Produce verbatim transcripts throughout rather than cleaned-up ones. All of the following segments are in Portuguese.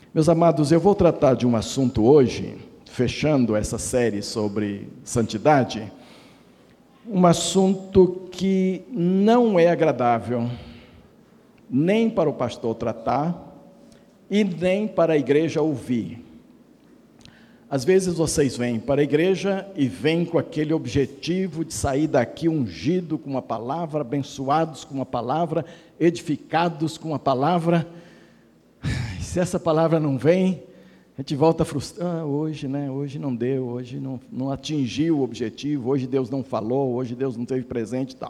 Meus amados, eu vou tratar de um assunto hoje, fechando essa série sobre santidade, um assunto que não é agradável, nem para o pastor tratar, e nem para a igreja ouvir. Às vezes vocês vêm para a igreja e vêm com aquele objetivo de sair daqui ungido com uma palavra, abençoados com uma palavra, edificados com uma palavra. E se essa palavra não vem, a gente volta frustrado. Ah, hoje, né? Hoje não deu, hoje não, não atingiu o objetivo, hoje Deus não falou, hoje Deus não esteve presente e tal.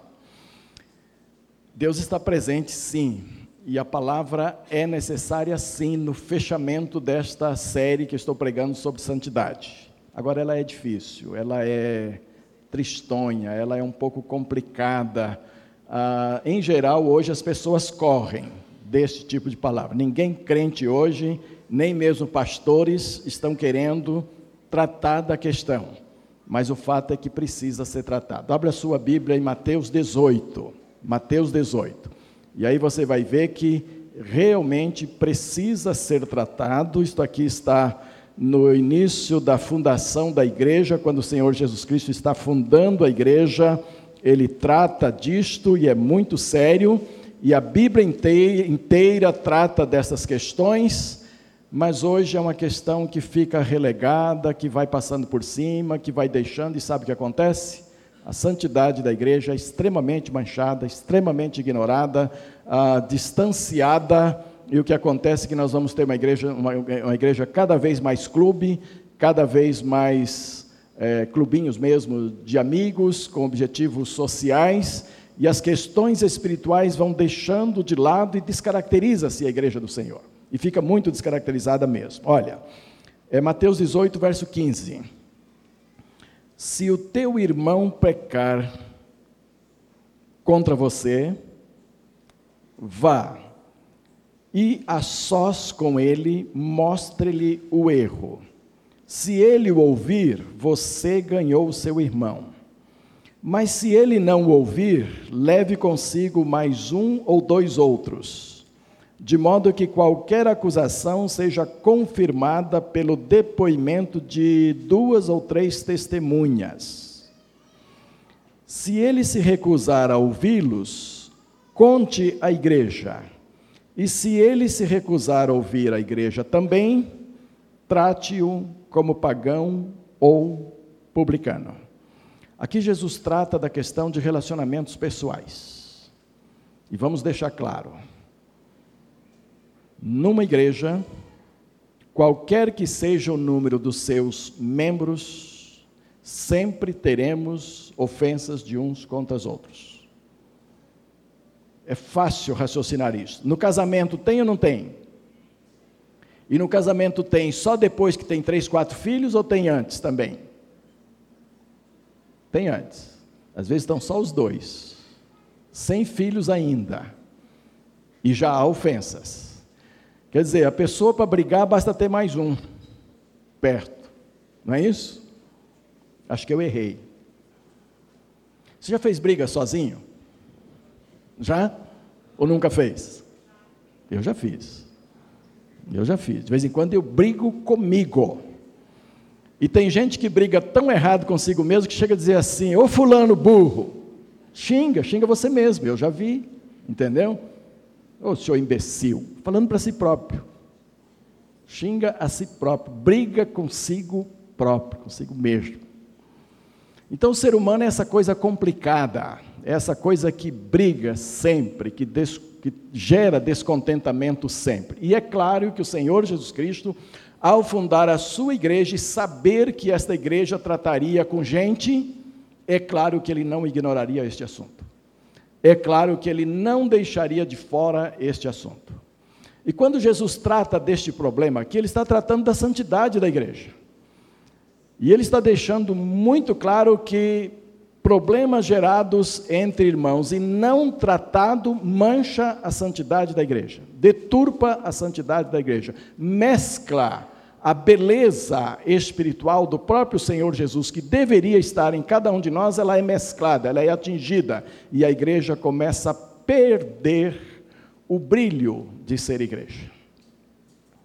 Deus está presente, sim. E a palavra é necessária, sim, no fechamento desta série que estou pregando sobre santidade. Agora, ela é difícil, ela é tristonha, ela é um pouco complicada. Ah, em geral, hoje as pessoas correm deste tipo de palavra. Ninguém crente hoje, nem mesmo pastores, estão querendo tratar da questão. Mas o fato é que precisa ser tratado. Abra a sua Bíblia em Mateus dezoito. Mateus dezoito. E aí você vai ver que realmente precisa ser tratado. Isto aqui está no início da fundação da igreja, quando o Senhor Jesus Cristo está fundando a igreja, ele trata disto e é muito sério, e a Bíblia inteira, inteira trata dessas questões, mas hoje é uma questão que fica relegada, que vai passando por cima, que vai deixando, e sabe o que acontece? A santidade da igreja é extremamente manchada, extremamente ignorada, ah, distanciada, e o que acontece é que nós vamos ter uma igreja, uma, uma igreja cada vez mais clube, cada vez mais é, clubinhos mesmo de amigos, com objetivos sociais, e as questões espirituais vão deixando de lado e descaracteriza-se a igreja do Senhor, e fica muito descaracterizada mesmo. Olha, é Mateus dezoito, verso quinze. Se o teu irmão pecar contra você, vá e a sós com ele, mostre-lhe o erro. Se ele o ouvir, você ganhou o seu irmão. Mas se ele não o ouvir, leve consigo mais um ou dois outros, de modo que qualquer acusação seja confirmada pelo depoimento de duas ou três testemunhas. Se ele se recusar a ouvi-los, conte à igreja. E se ele se recusar a ouvir a igreja também, trate-o como pagão ou publicano. Aqui Jesus trata da questão de relacionamentos pessoais. E vamos deixar claro. Numa igreja, qualquer que seja o número dos seus membros, sempre teremos ofensas de uns contra os outros. É fácil raciocinar isso. No casamento tem ou não tem? E no casamento tem só depois que tem três, quatro filhos ou tem antes também? Tem antes. Às vezes estão só os dois, sem filhos ainda, e já há ofensas. Quer dizer, a pessoa para brigar basta ter mais um perto, não é isso? Acho que eu errei. Você já fez briga sozinho? Já? Ou nunca fez? Eu já fiz. Eu já fiz. De vez em quando eu brigo comigo. E tem gente que briga tão errado consigo mesmo que chega a dizer assim: ô fulano burro, xinga, xinga você mesmo. Eu já vi, entendeu? Ô senhor imbecil, falando para si próprio, xinga a si próprio, briga consigo próprio, consigo mesmo. Então o ser humano é essa coisa complicada, é essa coisa que briga sempre, que, des, que gera descontentamento sempre. E é claro que o Senhor Jesus Cristo, ao fundar a sua igreja e saber que esta igreja trataria com gente, é claro que ele não ignoraria este assunto. É claro que ele não deixaria de fora este assunto. E quando Jesus trata deste problema aqui, ele está tratando da santidade da igreja. E ele está deixando muito claro que problemas gerados entre irmãos e não tratado mancha a santidade da igreja, deturpa a santidade da igreja, mescla a beleza espiritual do próprio Senhor Jesus, que deveria estar em cada um de nós, ela é mesclada, ela é atingida, e a igreja começa a perder o brilho de ser igreja.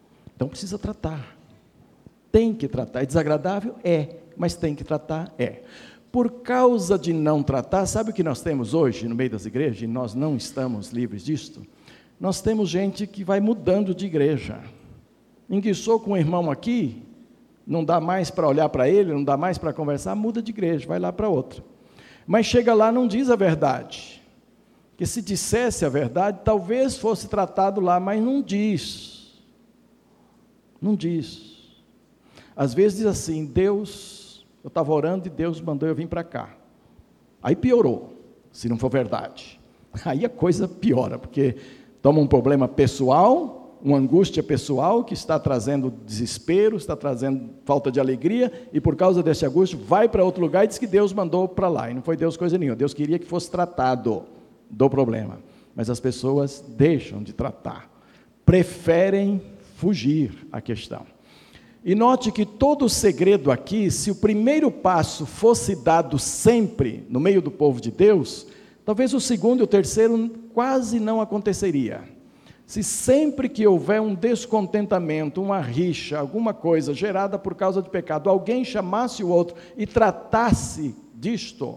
Então precisa tratar. Tem que tratar. É desagradável? É. Mas tem que tratar? É. Por causa de não tratar, sabe o que nós temos hoje no meio das igrejas? E nós não estamos livres disto? Nós temos gente que vai mudando de igreja. Enguiçou com um irmão aqui, não dá mais para olhar para ele, não dá mais para conversar, muda de igreja, vai lá para outra. Mas chega lá, não diz a verdade. Porque se dissesse a verdade, talvez fosse tratado lá, mas não diz. Não diz. Às vezes diz assim, Deus, eu estava orando e Deus mandou eu vir para cá. Aí piorou, se não for verdade. Aí a coisa piora, porque toma um problema pessoal, uma angústia pessoal que está trazendo desespero, está trazendo falta de alegria, e por causa desse angústia vai para outro lugar e diz que Deus mandou para lá. E não foi Deus coisa nenhuma, Deus queria que fosse tratado do problema. Mas as pessoas deixam de tratar, preferem fugir à questão. E note que todo o segredo aqui, se o primeiro passo fosse dado sempre no meio do povo de Deus, talvez o segundo e o terceiro quase não aconteceria. Se sempre que houver um descontentamento, uma rixa, alguma coisa gerada por causa de pecado, alguém chamasse o outro e tratasse disto,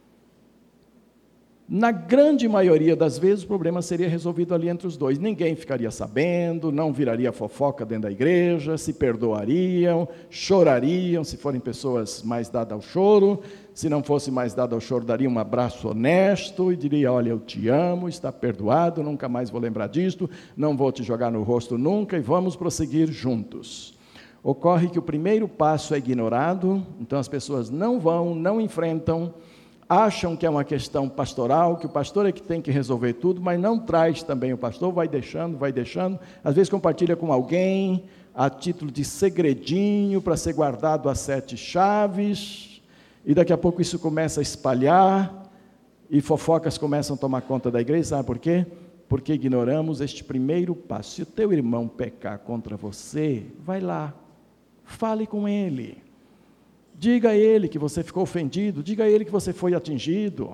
na grande maioria das vezes o problema seria resolvido ali entre os dois. Ninguém ficaria sabendo, não viraria fofoca dentro da igreja, se perdoariam, chorariam, se forem pessoas mais dadas ao choro. Se não fosse mais dado ao choro, daria um abraço honesto e diria, olha, eu te amo, está perdoado, nunca mais vou lembrar disto, não vou te jogar no rosto nunca e vamos prosseguir juntos. Ocorre que o primeiro passo é ignorado, então as pessoas não vão, não enfrentam, acham que é uma questão pastoral, que o pastor é que tem que resolver tudo, mas não traz também o pastor, vai deixando, vai deixando, às vezes compartilha com alguém, a título de segredinho, para ser guardado às sete chaves, e daqui a pouco isso começa a espalhar, e fofocas começam a tomar conta da igreja, sabe por quê? Porque ignoramos este primeiro passo. Se o teu irmão pecar contra você, vai lá, fale com ele, diga a ele que você ficou ofendido, diga a ele que você foi atingido,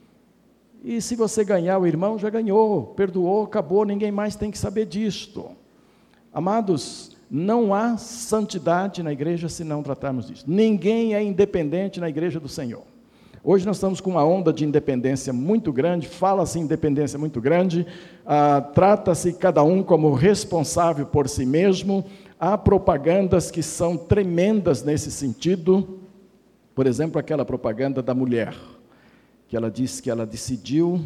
e se você ganhar o irmão, já ganhou, perdoou, acabou, ninguém mais tem que saber disto. Amados, não há santidade na igreja se não tratarmos disso. Ninguém é independente na igreja do Senhor. Hoje nós estamos com uma onda de independência muito grande, fala-se em independência muito grande, ah, trata-se cada um como responsável por si mesmo. Há propagandas que são tremendas nesse sentido, por exemplo, aquela propaganda da mulher, que ela disse que ela decidiu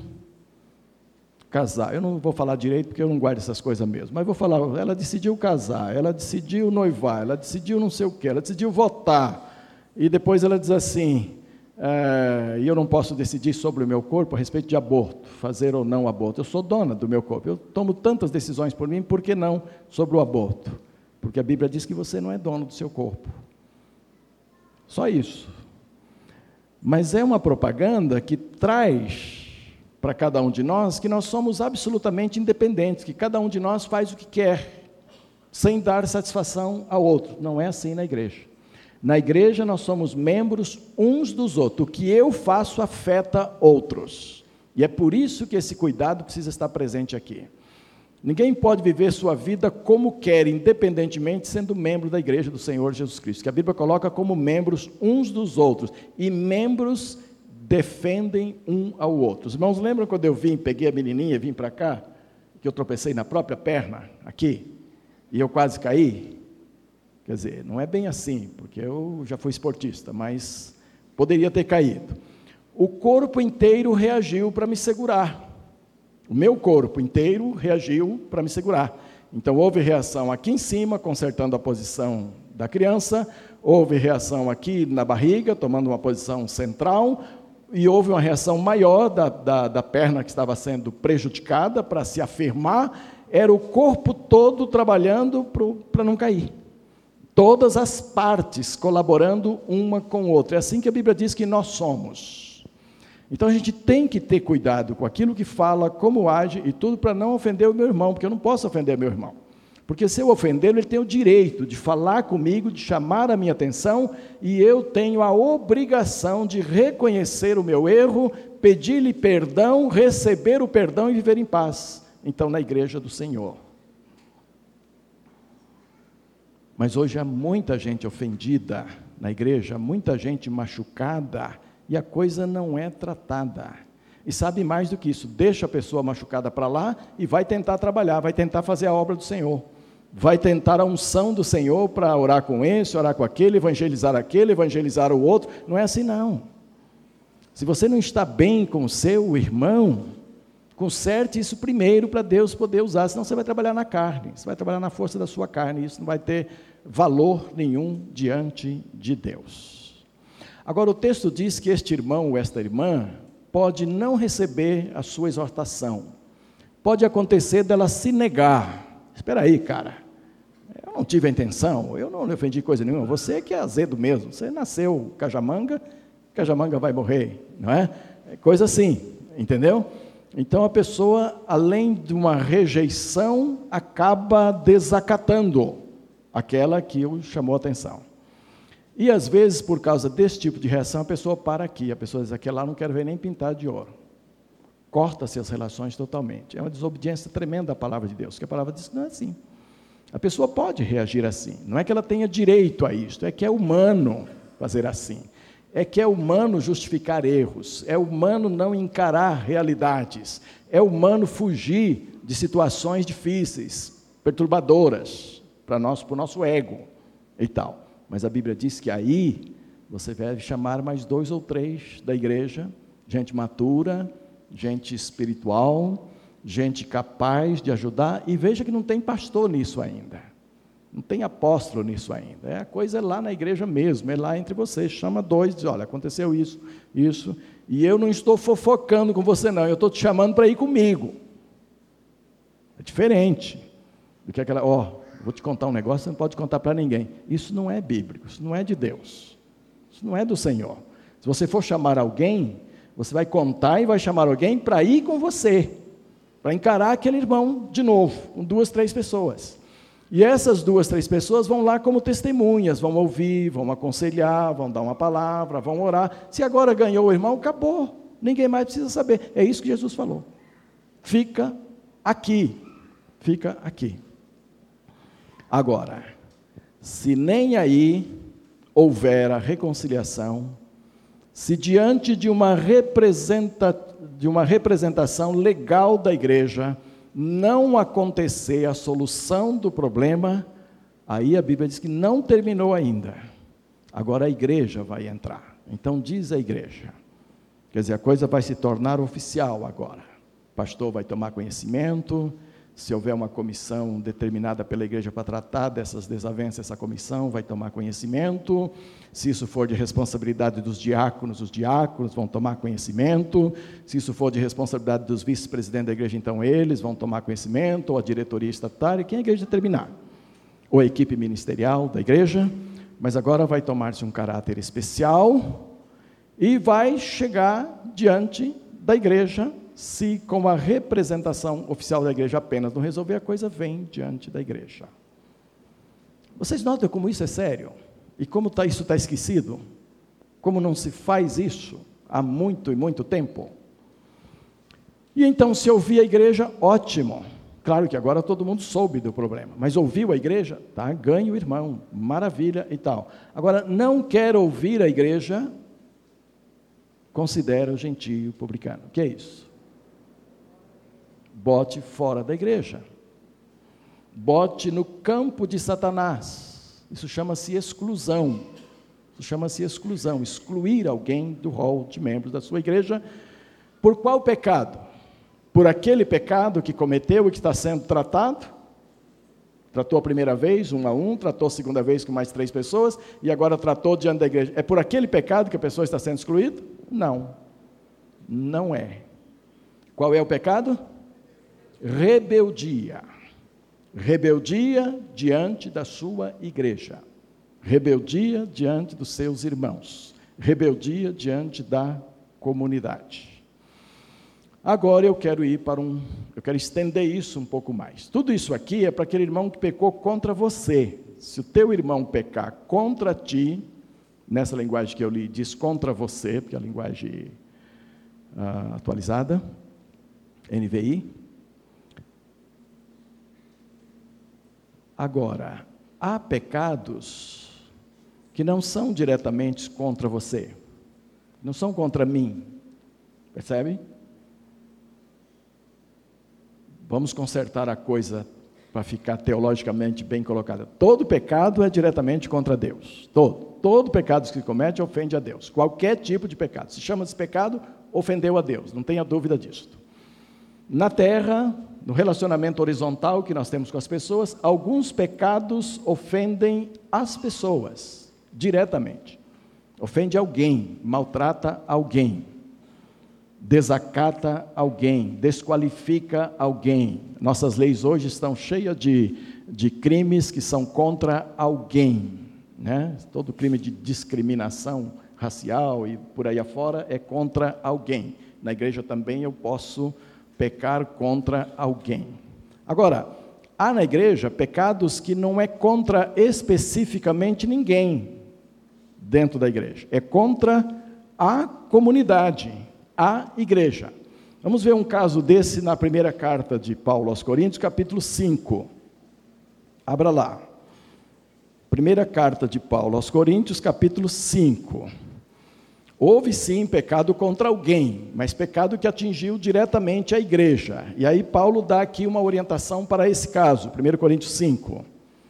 casar. Eu não vou falar direito porque eu não guardo essas coisas mesmo, mas vou falar, ela decidiu casar, ela decidiu noivar, ela decidiu não sei o quê, ela decidiu votar, e depois ela diz assim, é, e eu não posso decidir sobre o meu corpo a respeito de aborto, fazer ou não aborto, eu sou dona do meu corpo, eu tomo tantas decisões por mim, por que não sobre o aborto? Porque a Bíblia diz que você não é dono do seu corpo. Só isso. Mas é uma propaganda que traz para cada um de nós que nós somos absolutamente independentes, que cada um de nós faz o que quer, sem dar satisfação ao outro. Não é assim na igreja. Na igreja nós somos membros uns dos outros. O que eu faço afeta outros. E é por isso que esse cuidado precisa estar presente aqui. Ninguém pode viver sua vida como quer, independentemente, sendo membro da igreja do Senhor Jesus Cristo, que a Bíblia coloca como membros uns dos outros, e membros defendem um ao outro. Os irmãos lembram quando eu vim, peguei a menininha e vim para cá, que eu tropecei na própria perna, aqui, e eu quase caí? Quer dizer, não é bem assim, porque eu já fui esportista, mas poderia ter caído. O corpo inteiro reagiu para me segurar. O meu corpo inteiro reagiu para me segurar. Então, houve reação aqui em cima, consertando a posição da criança, houve reação aqui na barriga, tomando uma posição central, e houve uma reação maior da, da, da perna que estava sendo prejudicada para se afirmar, era o corpo todo trabalhando para não cair. Todas as partes colaborando uma com a outra. É assim que a Bíblia diz que nós somos. Então a gente tem que ter cuidado com aquilo que fala, como age e tudo para não ofender o meu irmão, porque eu não posso ofender meu irmão. Porque se eu ofendê-lo, ele tem o direito de falar comigo, de chamar a minha atenção, e eu tenho a obrigação de reconhecer o meu erro, pedir-lhe perdão, receber o perdão e viver em paz. Então, na igreja do Senhor. Mas hoje há muita gente ofendida na igreja, muita gente machucada, e a coisa não é tratada. E sabe mais do que isso, deixa a pessoa machucada para lá e vai tentar trabalhar, vai tentar fazer a obra do Senhor. Vai tentar a unção do Senhor para orar com esse, orar com aquele, evangelizar aquele, evangelizar o outro. Não é assim não. Se você não está bem com o seu irmão, conserte isso primeiro para Deus poder usar, senão você vai trabalhar na carne, você vai trabalhar na força da sua carne, e isso não vai ter valor nenhum diante de Deus. Agora o texto diz que este irmão ou esta irmã pode não receber a sua exortação, pode acontecer dela se negar. Espera aí, cara, eu não tive a intenção, eu não lhe ofendi coisa nenhuma, você que é azedo mesmo, você nasceu cajamanga, cajamanga vai morrer, não é? É coisa assim, entendeu? Então a pessoa, além de uma rejeição, acaba desacatando aquela que o chamou a atenção. E às vezes, por causa desse tipo de reação, a pessoa para aqui, a pessoa diz, aquele lá não quero ver nem pintado de ouro. Corta-se as relações totalmente. É uma desobediência tremenda à palavra de Deus, porque a palavra diz que não é assim. A pessoa pode reagir assim, não é que ela tenha direito a isto, é que é humano fazer assim. É que é humano justificar erros, é humano não encarar realidades, é humano fugir de situações difíceis, perturbadoras, para nós, para o nosso ego e tal. Mas a Bíblia diz que aí você deve chamar mais dois ou três da igreja, gente matura, gente espiritual, gente capaz de ajudar, e veja que não tem pastor nisso ainda, não tem apóstolo nisso ainda, é, a coisa é lá na igreja mesmo, é lá entre vocês, chama dois, diz, olha, aconteceu isso, isso, e eu não estou fofocando com você não, eu estou te chamando para ir comigo, é diferente do que aquela, ó, oh, vou te contar um negócio, você não pode contar para ninguém, isso não é bíblico, isso não é de Deus, isso não é do Senhor. Se você for chamar alguém, você vai contar e vai chamar alguém para ir com você, para encarar aquele irmão de novo, com duas, três pessoas. E essas duas, três pessoas vão lá como testemunhas, vão ouvir, vão aconselhar, vão dar uma palavra, vão orar. Se agora ganhou o irmão, acabou, ninguém mais precisa saber. É isso que Jesus falou. Fica aqui, fica aqui. Agora, se nem aí houver a reconciliação, se diante de uma, representa, de uma representação legal da igreja não acontecer a solução do problema, aí a Bíblia diz que não terminou ainda. Agora a igreja vai entrar. Então diz a igreja, quer dizer, a coisa vai se tornar oficial agora. O pastor vai tomar conhecimento, se houver uma comissão determinada pela igreja para tratar dessas desavenças, essa comissão vai tomar conhecimento. Se isso for de responsabilidade dos diáconos, os diáconos vão tomar conhecimento. Se isso for de responsabilidade dos vice-presidentes da igreja, então eles vão tomar conhecimento, ou a diretoria estatária, quem a igreja determinar, ou a equipe ministerial da igreja. Mas agora vai tomar-se um caráter especial e vai chegar diante da igreja. Se com a representação oficial da igreja apenas não resolver, a coisa vem diante da igreja. Vocês notam como isso é sério? E como tá, isso está esquecido? Como não se faz isso há muito e muito tempo? E então, se ouvir a igreja, ótimo. Claro que agora todo mundo soube do problema, mas ouviu a igreja, tá? Ganha o irmão, maravilha e tal. Agora, não quer ouvir a igreja, considera o gentio publicano. O que é isso? Bote fora da igreja, bote no campo de Satanás. Isso chama-se exclusão, isso chama-se exclusão, excluir alguém do rol de membros da sua igreja. Por qual pecado? Por aquele pecado que cometeu e que está sendo tratado? Tratou a primeira vez, um a um, tratou a segunda vez com mais três pessoas, e agora tratou diante da igreja. É por aquele pecado que a pessoa está sendo excluída? Não, não é. Qual é o pecado? Rebeldia, rebeldia diante da sua igreja, rebeldia diante dos seus irmãos, rebeldia diante da comunidade. Agora eu quero ir para um, eu quero estender isso um pouco mais. Tudo isso aqui é para aquele irmão que pecou contra você. Se o teu irmão pecar contra ti, nessa linguagem que eu li, diz contra você, porque é a linguagem uh, atualizada, N V I. Agora, há pecados que não são diretamente contra você, não são contra mim, percebe? Vamos consertar a coisa para ficar teologicamente bem colocada. Todo pecado é diretamente contra Deus, todo. Todo pecado que se comete ofende a Deus, qualquer tipo de pecado. Se chama de pecado, ofendeu a Deus, não tenha dúvida disso. Na terra, no relacionamento horizontal que nós temos com as pessoas, alguns pecados ofendem as pessoas, diretamente. Ofende alguém, maltrata alguém, desacata alguém, desqualifica alguém. Nossas leis hoje estão cheias de, de crimes que são contra alguém. Né? Todo crime de discriminação racial e por aí afora é contra alguém. Na igreja também eu posso pecar contra alguém. Agora, há na igreja pecados que não é contra especificamente ninguém dentro da igreja. É contra a comunidade, a igreja. Vamos ver um caso desse na primeira carta de Paulo aos Coríntios, capítulo cinco. Abra lá. Primeira carta de Paulo aos Coríntios, capítulo cinco. Houve sim pecado contra alguém, mas pecado que atingiu diretamente a igreja. E aí Paulo dá aqui uma orientação para esse caso, primeira Coríntios cinco.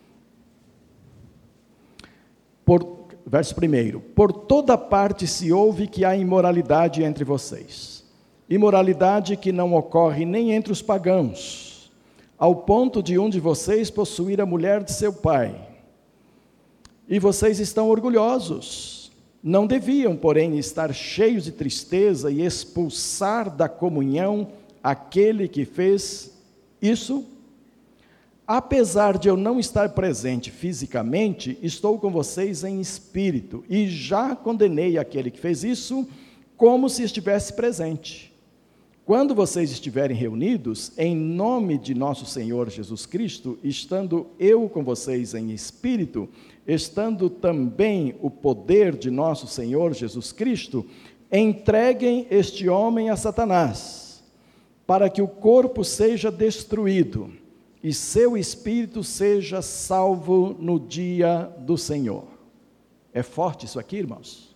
Por, verso primeiro. Por toda parte se ouve que há imoralidade entre vocês. Imoralidade que não ocorre nem entre os pagãos, ao ponto de um de vocês possuir a mulher de seu pai. E vocês estão orgulhosos. Não deviam, porém, estar cheios de tristeza e expulsar da comunhão aquele que fez isso? Apesar de eu não estar presente fisicamente, estou com vocês em espírito, e já condenei aquele que fez isso, como se estivesse presente. Quando vocês estiverem reunidos, em nome de nosso Senhor Jesus Cristo, estando eu com vocês em espírito, estando também o poder de nosso Senhor Jesus Cristo, entreguem este homem a Satanás, para que o corpo seja destruído e seu espírito seja salvo no dia do Senhor. É forte isso aqui, irmãos?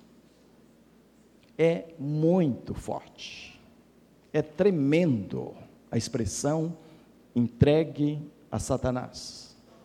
É muito forte. É tremendo a expressão entregue a Satanás.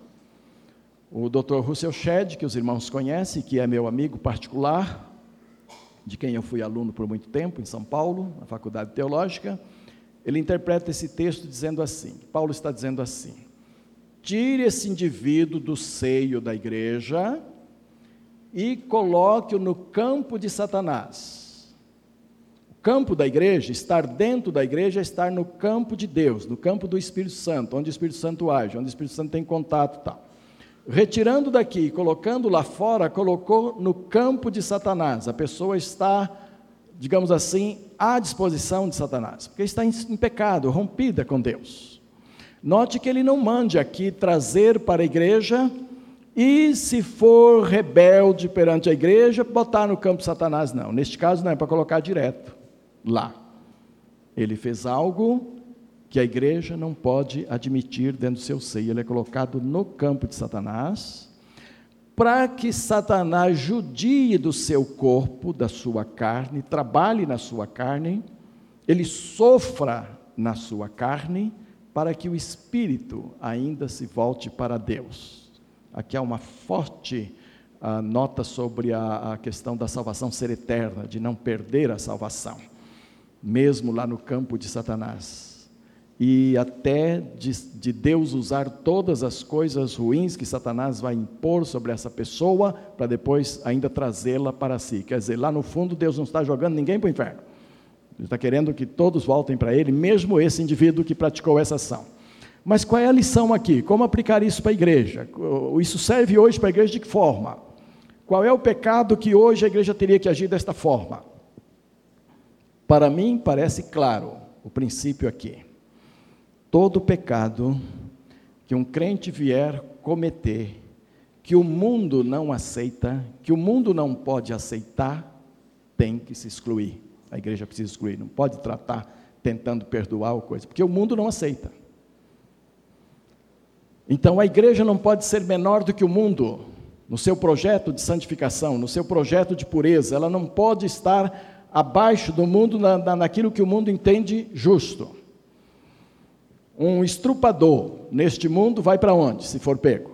O doutor Russell Shedd, que os irmãos conhecem, que é meu amigo particular, de quem eu fui aluno por muito tempo, em São Paulo, na Faculdade Teológica, ele interpreta esse texto dizendo assim, Paulo está dizendo assim: tire esse indivíduo do seio da igreja e coloque-o no campo de Satanás. O campo da igreja, estar dentro da igreja, é estar no campo de Deus, no campo do Espírito Santo, onde o Espírito Santo age, onde o Espírito Santo tem contato e tal. Retirando daqui e colocando lá fora, colocou no campo de Satanás. A pessoa está, digamos assim, à disposição de Satanás, porque está em, em pecado, rompida com Deus. Note que ele não mande aqui trazer para a igreja e, se for rebelde perante a igreja, botar no campo de Satanás, não. Neste caso não é para colocar direto lá. Ele fez algo que a igreja não pode admitir dentro do seu seio. Ele é colocado no campo de Satanás, para que Satanás judie do seu corpo, da sua carne, trabalhe na sua carne, ele sofra na sua carne, para que o espírito ainda se volte para Deus. Aqui há uma forte uh, nota sobre a, a questão da salvação ser eterna, de não perder a salvação, mesmo lá no campo de Satanás. E até de, de Deus usar todas as coisas ruins que Satanás vai impor sobre essa pessoa, para depois ainda trazê-la para si. Quer dizer, lá no fundo Deus não está jogando ninguém para o inferno. Ele está querendo que todos voltem para Ele, mesmo esse indivíduo que praticou essa ação. Mas qual é a lição aqui? Como aplicar isso para a igreja? Isso serve hoje para a igreja de que forma? Qual é o pecado que hoje a igreja teria que agir desta forma? Para mim parece claro o princípio aqui. Todo pecado que um crente vier cometer, que o mundo não aceita, que o mundo não pode aceitar, tem que se excluir. A igreja precisa excluir, não pode tratar tentando perdoar ou coisa, porque o mundo não aceita. Então a igreja não pode ser menor do que o mundo, no seu projeto de santificação, no seu projeto de pureza. Ela não pode estar abaixo do mundo, na, na, naquilo que o mundo entende justo. Um estrupador neste mundo vai para onde, se for pego?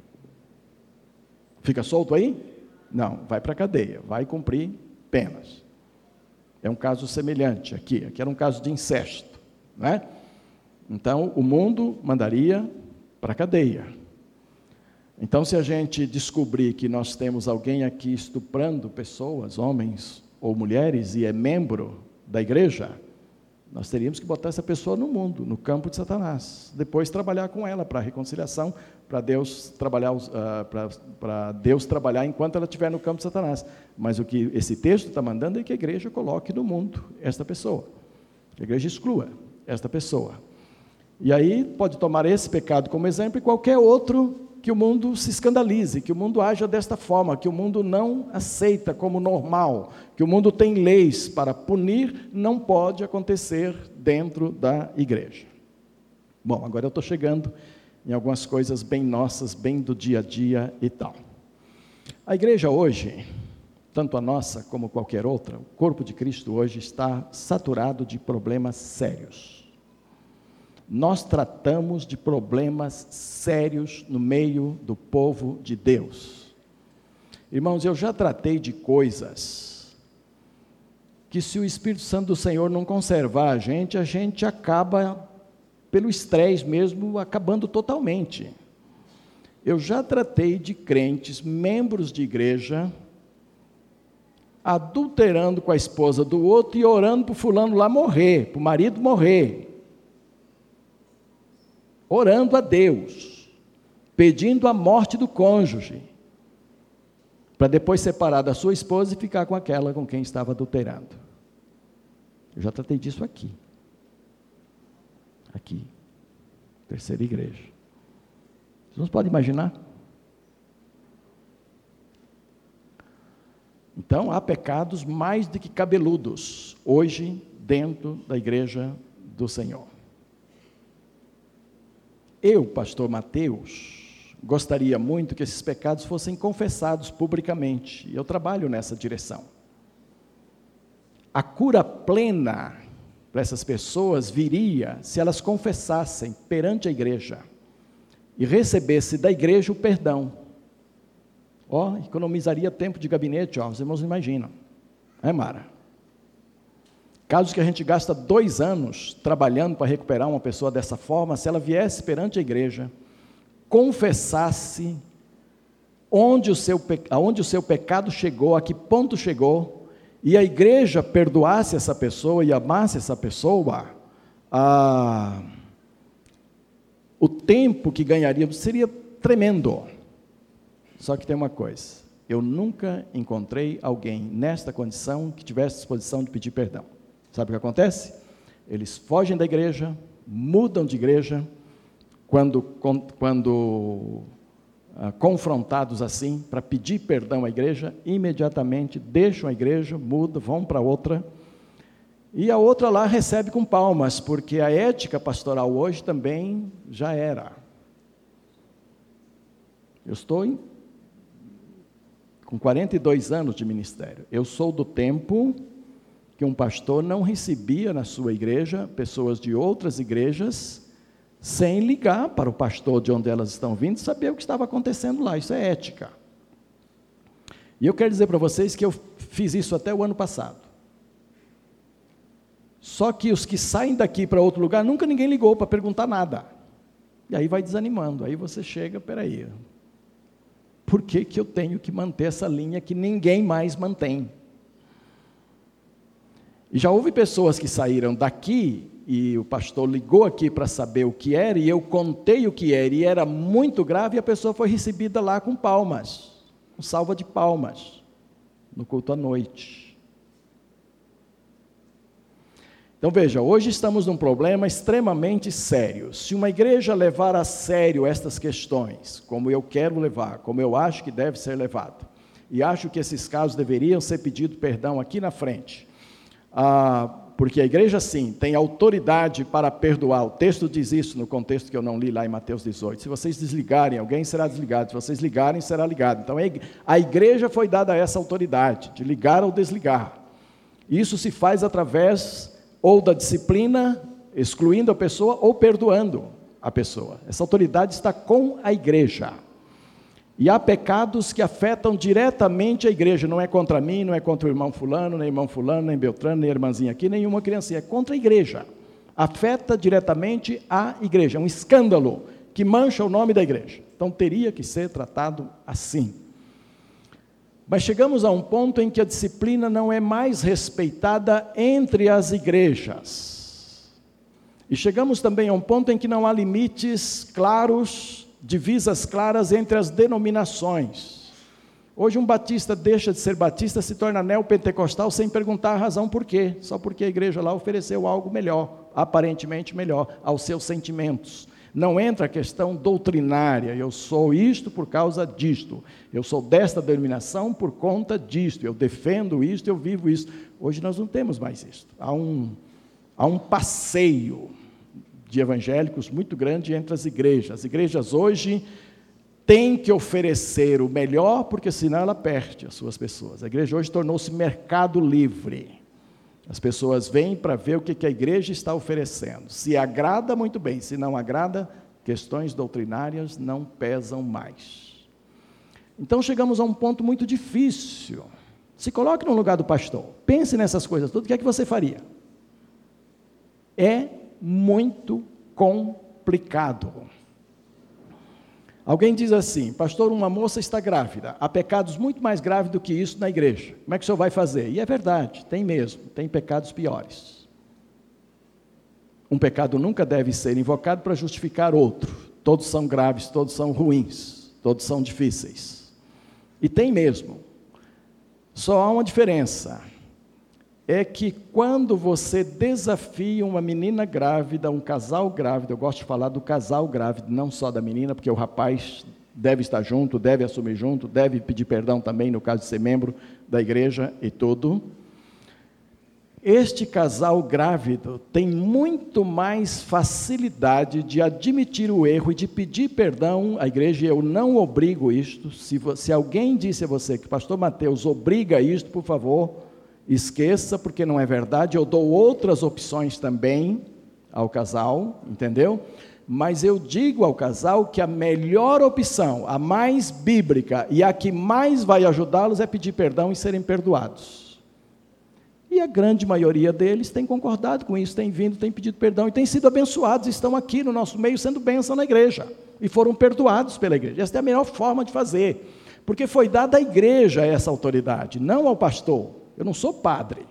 Fica solto aí? Não, vai para a cadeia, vai cumprir penas. É um caso semelhante aqui, aqui era um caso de incesto, né? Então, o mundo mandaria para a cadeia. Então, se a gente descobrir que nós temos alguém aqui estuprando pessoas, homens ou mulheres, e é membro da igreja, nós teríamos que botar essa pessoa no mundo, no campo de Satanás. Depois trabalhar com ela para a reconciliação, para Deus trabalhar, uh, para, para Deus trabalhar enquanto ela estiver no campo de Satanás. Mas o que esse texto está mandando é que a igreja coloque no mundo esta pessoa. Que a igreja exclua esta pessoa. E aí pode tomar esse pecado como exemplo e qualquer outro que o mundo se escandalize, que o mundo haja desta forma, que o mundo não aceita como normal, que o mundo tem leis para punir, não pode acontecer dentro da igreja. Bom, agora eu estou chegando em algumas coisas bem nossas, bem do dia a dia e tal. A igreja hoje, tanto a nossa como qualquer outra, o corpo de Cristo hoje está saturado de problemas sérios. Nós tratamos de problemas sérios no meio do povo de Deus. Irmãos, eu já tratei de coisas que, se o Espírito Santo do Senhor não conservar a gente, a gente acaba, pelo estresse mesmo, acabando totalmente. Eu já tratei de crentes, membros de igreja, adulterando com a esposa do outro e orando para o fulano lá morrer, para o marido morrer. Orando a Deus, pedindo a morte do cônjuge, para depois separar da sua esposa e ficar com aquela com quem estava adulterando. Eu já tratei disso aqui. Aqui, terceira igreja. Vocês não podem imaginar? Então, há pecados mais do que cabeludos, hoje, dentro da igreja do Senhor. Eu, pastor Mateus, gostaria muito que esses pecados fossem confessados publicamente, e eu trabalho nessa direção. A cura plena para essas pessoas viria se elas confessassem perante a igreja e recebessem da igreja o perdão. Ó, oh, economizaria tempo de gabinete, ó, os irmãos imaginam, é, Mara? Casos que a gente gasta dois anos trabalhando para recuperar uma pessoa dessa forma, se ela viesse perante a igreja, confessasse onde o seu, aonde o seu pecado chegou, a que ponto chegou, e a igreja perdoasse essa pessoa e amasse essa pessoa, ah, o tempo que ganharíamos seria tremendo. Só que tem uma coisa, eu nunca encontrei alguém nesta condição que tivesse disposição de pedir perdão. Sabe o que acontece? Eles fogem da igreja, mudam de igreja, quando, quando ah, confrontados assim, para pedir perdão à igreja, imediatamente deixam a igreja, mudam, vão para outra, e a outra lá recebe com palmas, porque a ética pastoral hoje também já era. Eu estou em, com quarenta e dois anos de ministério, eu sou do tempo que um pastor não recebia na sua igreja pessoas de outras igrejas sem ligar para o pastor de onde elas estão vindo, saber o que estava acontecendo lá. Isso é ética. E eu quero dizer para vocês que eu fiz isso até o ano passado. Só que os que saem daqui para outro lugar, nunca ninguém ligou para perguntar nada. E aí vai desanimando, aí você chega, peraí, por que que eu tenho que manter essa linha que ninguém mais mantém? E já houve pessoas que saíram daqui, e o pastor ligou aqui para saber o que era, e eu contei o que era, e era muito grave, e a pessoa foi recebida lá com palmas, com salva de palmas, no culto à noite. Então veja, hoje estamos num problema extremamente sério. Se uma igreja levar a sério estas questões, como eu quero levar, como eu acho que deve ser levado, e acho que esses casos deveriam ser pedido perdão aqui na frente, Ah, porque a igreja, sim, tem autoridade para perdoar. O texto diz isso no contexto que eu não li lá em Mateus dezoito. Se vocês desligarem, alguém será desligado. Se vocês ligarem, será ligado. Então, a igreja foi dada essa autoridade, de ligar ou desligar. Isso se faz através ou da disciplina, excluindo a pessoa, ou perdoando a pessoa. Essa autoridade está com a igreja. E há pecados que afetam diretamente a igreja, não é contra mim, não é contra o irmão fulano, nem irmão fulano, nem Beltrano, nem irmãzinha aqui, nenhuma criancinha, é contra a igreja. Afeta diretamente a igreja, é um escândalo que mancha o nome da igreja. Então teria que ser tratado assim. Mas chegamos a um ponto em que a disciplina não é mais respeitada entre as igrejas. E chegamos também a um ponto em que não há limites claros, divisas claras entre as denominações. Hoje um batista deixa de ser batista, se torna neopentecostal sem perguntar a razão por quê, só porque a igreja lá ofereceu algo melhor, aparentemente melhor, aos seus sentimentos. Não entra a questão doutrinária, eu sou isto por causa disto, eu sou desta denominação por conta disto, eu defendo isto, eu vivo isto. Hoje nós não temos mais isso. Há um, há um passeio de evangélicos muito grande entre as igrejas. As igrejas hoje têm que oferecer o melhor, porque senão ela perde as suas pessoas. A igreja hoje tornou-se mercado livre. As pessoas vêm para ver o que a igreja está oferecendo. Se agrada, muito bem. Se não agrada, questões doutrinárias não pesam mais. Então chegamos a um ponto muito difícil. Se coloque no lugar do pastor. Pense nessas coisas tudo. O que é que você faria? É muito complicado. Alguém diz assim: pastor, uma moça está grávida, há pecados muito mais graves do que isso na igreja, como é que o senhor vai fazer? E é verdade, tem mesmo, tem pecados piores. Um pecado nunca deve ser invocado para justificar outro. Todos são graves, todos são ruins, todos são difíceis. E tem mesmo. Só há uma diferença. É que quando você desafia uma menina grávida, um casal grávido, eu gosto de falar do casal grávido, não só da menina, porque o rapaz deve estar junto, deve assumir junto, deve pedir perdão também, no caso de ser membro da igreja e tudo. Este casal grávido tem muito mais facilidade de admitir o erro e de pedir perdão à igreja. Eu não obrigo isto. Se, se alguém disse a você que o pastor Mateus obriga isto, por favor, esqueça, porque não é verdade. Eu dou outras opções também ao casal, entendeu? Mas eu digo ao casal que a melhor opção, a mais bíblica e a que mais vai ajudá-los é pedir perdão e serem perdoados. E a grande maioria deles tem concordado com isso, tem vindo, tem pedido perdão e tem sido abençoados, estão aqui no nosso meio sendo bênção na igreja e foram perdoados pela igreja. Essa é a melhor forma de fazer, porque foi dada à igreja essa autoridade, não ao pastor. Eu não sou padre.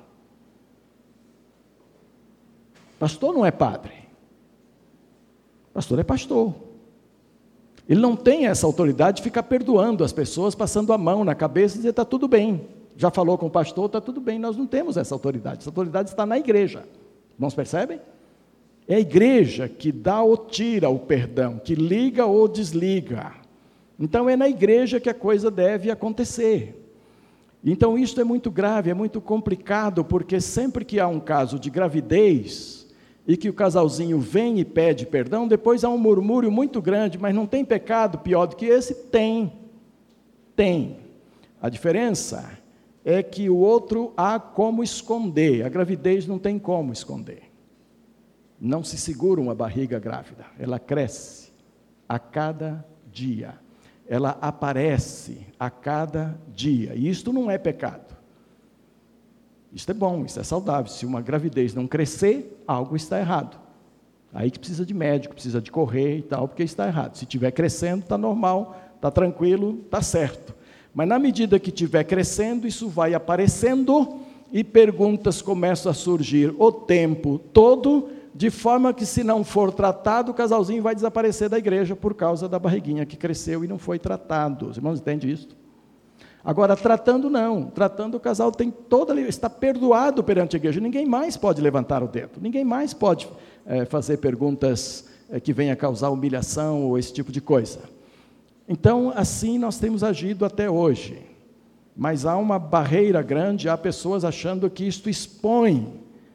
Pastor não é padre. Pastor é pastor. Ele não tem essa autoridade de ficar perdoando as pessoas, passando a mão na cabeça e dizer, está tudo bem. Já falou com o pastor, está tudo bem. Nós não temos essa autoridade. Essa autoridade está na igreja. Irmãos, percebem? É a igreja que dá ou tira o perdão, que liga ou desliga. Então é na igreja que a coisa deve acontecer. Então isso é muito grave, é muito complicado, porque sempre que há um caso de gravidez e que o casalzinho vem e pede perdão, depois há um murmúrio muito grande, mas não tem pecado pior do que esse? Tem, tem. A diferença é que o outro há como esconder, a gravidez não tem como esconder. Não se segura uma barriga grávida, ela cresce a cada dia. Ela aparece a cada dia, e isto não é pecado. Isto é bom, isso é saudável. Se uma gravidez não crescer, algo está errado. Aí que precisa de médico, precisa de correr e tal, porque está errado. Se estiver crescendo, está normal, está tranquilo, está certo. Mas na medida que estiver crescendo, isso vai aparecendo, e perguntas começam a surgir o tempo todo, de forma que, se não for tratado, o casalzinho vai desaparecer da igreja por causa da barriguinha que cresceu e não foi tratado. Os irmãos entendem isso? Agora, tratando não, tratando o casal tem toda, está perdoado perante a igreja, ninguém mais pode levantar o dedo, ninguém mais pode é, fazer perguntas é, que venham a causar humilhação ou esse tipo de coisa. Então, assim nós temos agido até hoje, mas há uma barreira grande, há pessoas achando que isto expõe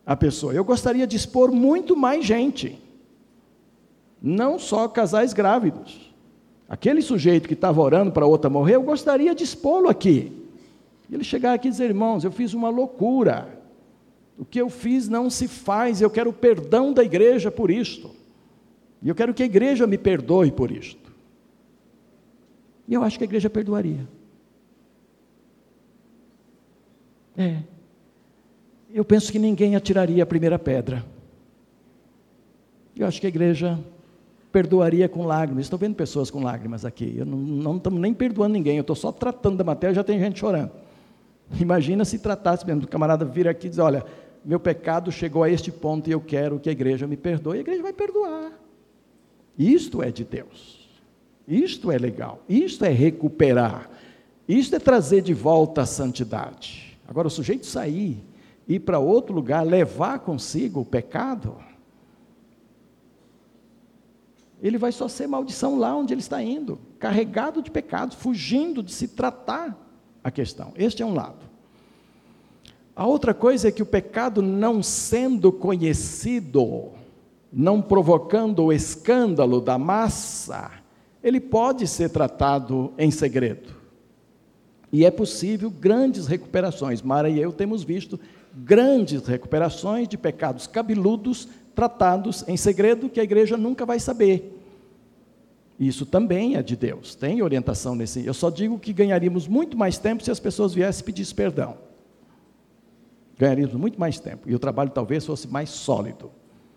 a pessoa. Eu gostaria de expor muito mais gente, não só casais grávidos. Aquele sujeito que estava orando para outra morrer, eu gostaria de expô-lo aqui. Ele chegar aqui e dizer: irmãos, eu fiz uma loucura, o que eu fiz não se faz, eu quero o perdão da igreja por isto, e eu quero que a igreja me perdoe por isto. E eu acho que a igreja perdoaria. É, eu penso que ninguém atiraria a primeira pedra. Eu acho que a igreja perdoaria com lágrimas. Estou vendo pessoas com lágrimas aqui, eu não, não estamos nem perdoando ninguém, eu estou só tratando da matéria, já tem gente chorando. Imagina se tratasse mesmo, o camarada vir aqui e dizer: olha, meu pecado chegou a este ponto e eu quero que a igreja me perdoe. A igreja vai perdoar. Isto é de Deus, isto é legal, isto é recuperar, isto é trazer de volta a santidade. Agora, o sujeito sair, ir para outro lugar, levar consigo o pecado, ele vai só ser maldição lá onde ele está indo, carregado de pecados, fugindo de se tratar a questão. Este é um lado. A outra coisa é que o pecado, não sendo conhecido, não provocando o escândalo da massa, ele pode ser tratado em segredo. E é possível grandes recuperações. Mara e eu temos visto grandes recuperações de pecados cabeludos tratados em segredo, que a igreja nunca vai saber. Isso também é de Deus, tem orientação nesse. Eu só digo que ganharíamos muito mais tempo se as pessoas viessem e pedissem perdão. Ganharíamos muito mais tempo, e o trabalho talvez fosse mais sólido,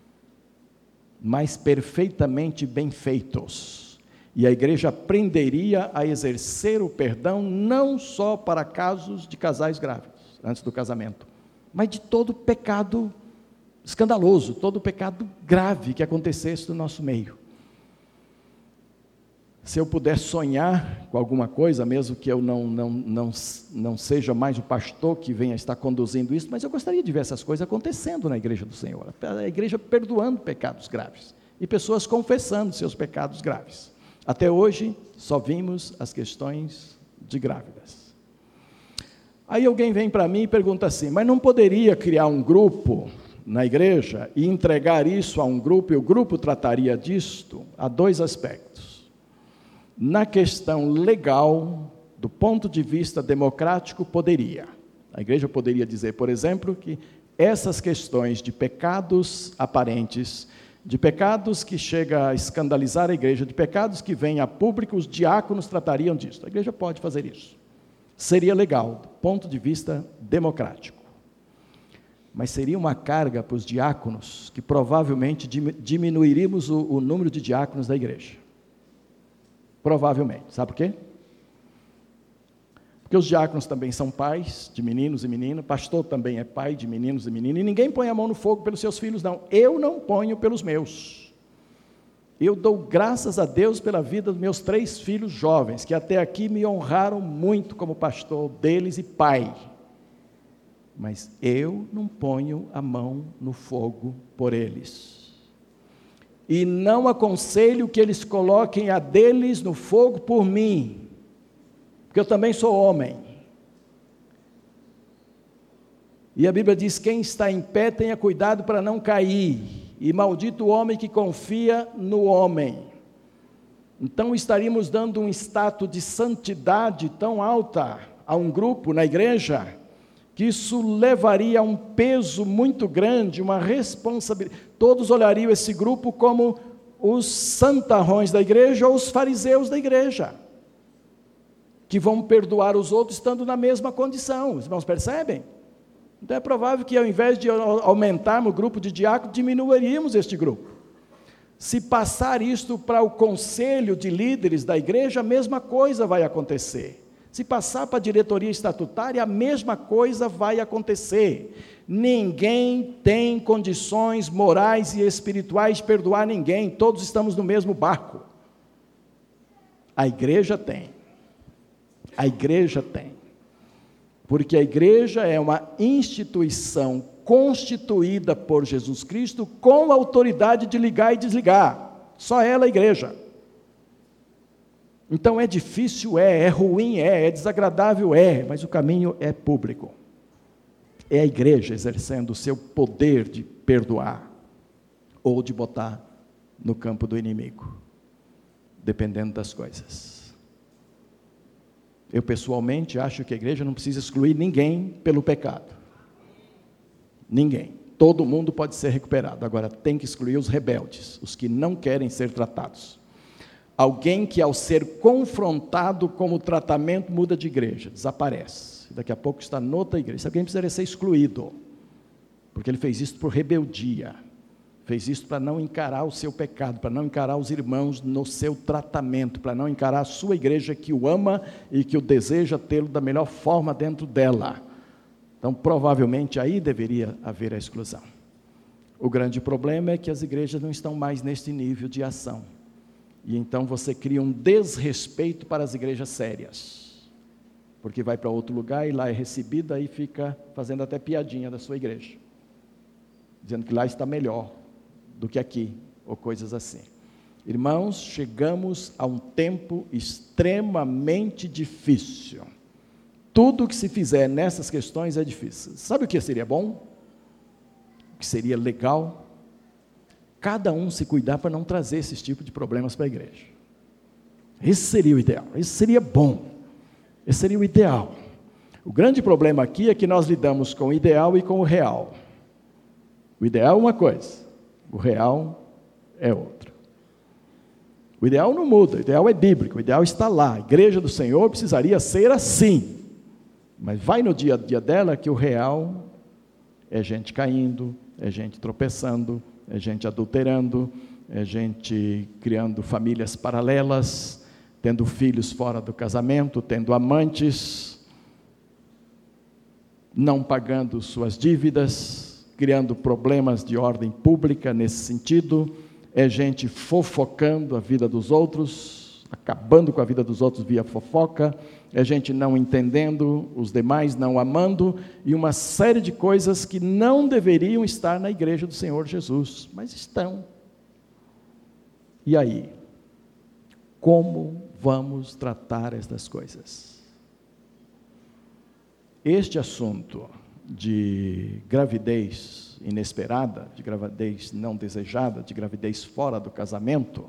mais perfeitamente bem feitos, e a igreja aprenderia a exercer o perdão não só para casos de casais grávidos, antes do casamento, mas de todo pecado escandaloso, todo pecado grave que acontecesse no nosso meio. Se eu puder sonhar com alguma coisa, mesmo que eu não, não, não, não seja mais o pastor que venha estar conduzindo isso, mas eu gostaria de ver essas coisas acontecendo na igreja do Senhor, a igreja perdoando pecados graves, e pessoas confessando seus pecados graves. Até hoje, só vimos as questões de grávidas. Aí alguém vem para mim e pergunta assim: mas não poderia criar um grupo na igreja e entregar isso a um grupo, e o grupo trataria disto? Há dois aspectos. Na questão legal, do ponto de vista democrático, poderia. A igreja poderia dizer, por exemplo, que essas questões de pecados aparentes, de pecados que chegam a escandalizar a igreja, de pecados que vêm a público, os diáconos tratariam disso. A igreja pode fazer isso. Seria legal, do ponto de vista democrático. Mas seria uma carga para os diáconos, que provavelmente diminuiríamos o, o número de diáconos da igreja. Provavelmente. Sabe por quê? Porque os diáconos também são pais de meninos e meninas, pastor também é pai de meninos e meninas, e ninguém põe a mão no fogo pelos seus filhos, não. Eu não ponho pelos meus. Eu dou graças a Deus pela vida dos meus três filhos jovens, que até aqui me honraram muito como pastor deles e pai. Mas eu não ponho a mão no fogo por eles. E não aconselho que eles coloquem a deles no fogo por mim, porque eu também sou homem. E a Bíblia diz: quem está em pé tenha cuidado para não cair, e maldito o homem que confia no homem. Então estaríamos dando um status de santidade tão alta a um grupo na igreja, que isso levaria a um peso muito grande, uma responsabilidade. Todos olhariam esse grupo como os santarrões da igreja ou os fariseus da igreja, que vão perdoar os outros estando na mesma condição. Os irmãos percebem? Então é provável que, ao invés de aumentarmos o grupo de diáconos, diminuiríamos este grupo. Se passar isto para o conselho de líderes da igreja, a mesma coisa vai acontecer. Se passar para a diretoria estatutária, a mesma coisa vai acontecer. Ninguém tem condições morais e espirituais de perdoar ninguém, todos estamos no mesmo barco. A igreja tem. A igreja tem. Porque a igreja é uma instituição constituída por Jesus Cristo com a autoridade de ligar e desligar. Só ela, a igreja. Então é difícil, é, é ruim, é, é desagradável, é, mas o caminho é público. É a igreja exercendo o seu poder de perdoar ou de botar no campo do inimigo, dependendo das coisas. Eu pessoalmente acho que a igreja não precisa excluir ninguém pelo pecado. Ninguém. Todo mundo pode ser recuperado. Agora tem que excluir os rebeldes, os que não querem ser tratados. Alguém que ao ser confrontado com o tratamento muda de igreja, desaparece. Daqui a pouco está noutra igreja. Alguém precisaria ser excluído, porque ele fez isso por rebeldia. Fez isso para não encarar o seu pecado, para não encarar os irmãos no seu tratamento, para não encarar a sua igreja que o ama e que o deseja tê-lo da melhor forma dentro dela. Então, provavelmente, aí deveria haver a exclusão. O grande problema é que as igrejas não estão mais neste nível de ação. E então você cria um desrespeito para as igrejas sérias, porque vai para outro lugar e lá é recebida e fica fazendo até piadinha da sua igreja, dizendo que lá está melhor do que aqui, ou coisas assim. Irmãos, chegamos a um tempo extremamente difícil. Tudo que se fizer nessas questões é difícil. Sabe o que seria bom? O que seria legal? Cada um se cuidar para não trazer esses tipos de problemas para a igreja. Esse seria o ideal, esse seria bom, esse seria o ideal. O grande problema aqui é que nós lidamos com o ideal e com o real. O ideal é uma coisa, o real é outra. O ideal não muda, o ideal é bíblico, o ideal está lá. A igreja do Senhor precisaria ser assim. Mas vai no dia a dia dela que o real é gente caindo, é gente tropeçando, é gente adulterando, é gente criando famílias paralelas, tendo filhos fora do casamento, tendo amantes, não pagando suas dívidas, criando problemas de ordem pública nesse sentido, é gente fofocando a vida dos outros, acabando com a vida dos outros via fofoca, é gente não entendendo, os demais não amando, e uma série de coisas que não deveriam estar na igreja do Senhor Jesus, mas estão. E aí? Como vamos tratar estas coisas? Este assunto de gravidez inesperada, de gravidez não desejada, de gravidez fora do casamento,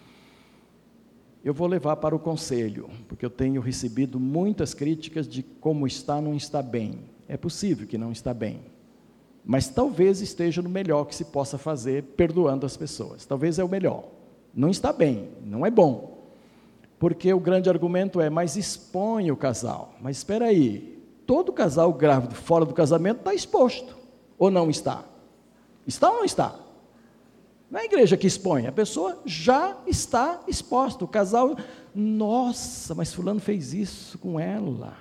eu vou levar para o conselho, porque eu tenho recebido muitas críticas de como está, não está bem. É possível que não está bem, mas talvez esteja no melhor que se possa fazer, perdoando as pessoas. Talvez é o melhor. Não está bem, não é bom, porque o grande argumento é, mas expõe o casal. Mas espera aí, todo casal grávido fora do casamento está exposto, ou não está? Está ou não está? Não é a igreja que expõe, a pessoa já está exposta, o casal, nossa, mas fulano fez isso com ela,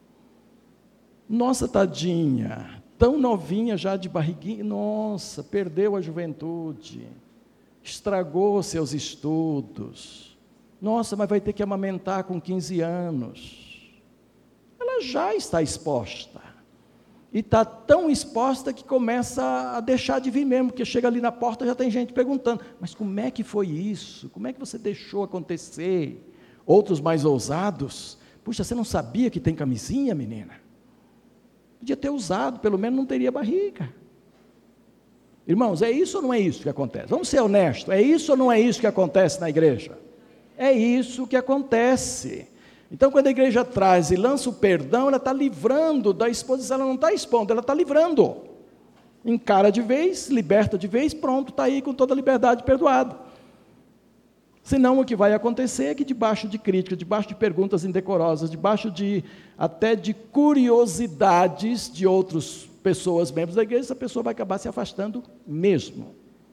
nossa tadinha, tão novinha já de barriguinha, nossa, perdeu a juventude, estragou seus estudos, nossa, mas vai ter que amamentar com quinze anos, ela já está exposta, e está tão exposta que começa a deixar de vir mesmo, porque chega ali na porta, já tem gente perguntando, mas como é que foi isso? Como é que você deixou acontecer? Outros mais ousados, puxa, você não sabia que tem camisinha, menina? Podia ter usado, pelo menos não teria barriga. Irmãos, é isso ou não é isso que acontece? Vamos ser honestos, é isso ou não é isso que acontece na igreja? É isso que acontece. Então, quando a igreja traz e lança o perdão, ela está livrando da exposição, ela não está expondo, ela está livrando. Encara de vez, liberta de vez, pronto, está aí com toda a liberdade perdoado. Senão, o que vai acontecer é que debaixo de críticas, debaixo de perguntas indecorosas, debaixo de, até de curiosidades de outras pessoas, membros da igreja, essa pessoa vai acabar se afastando mesmo.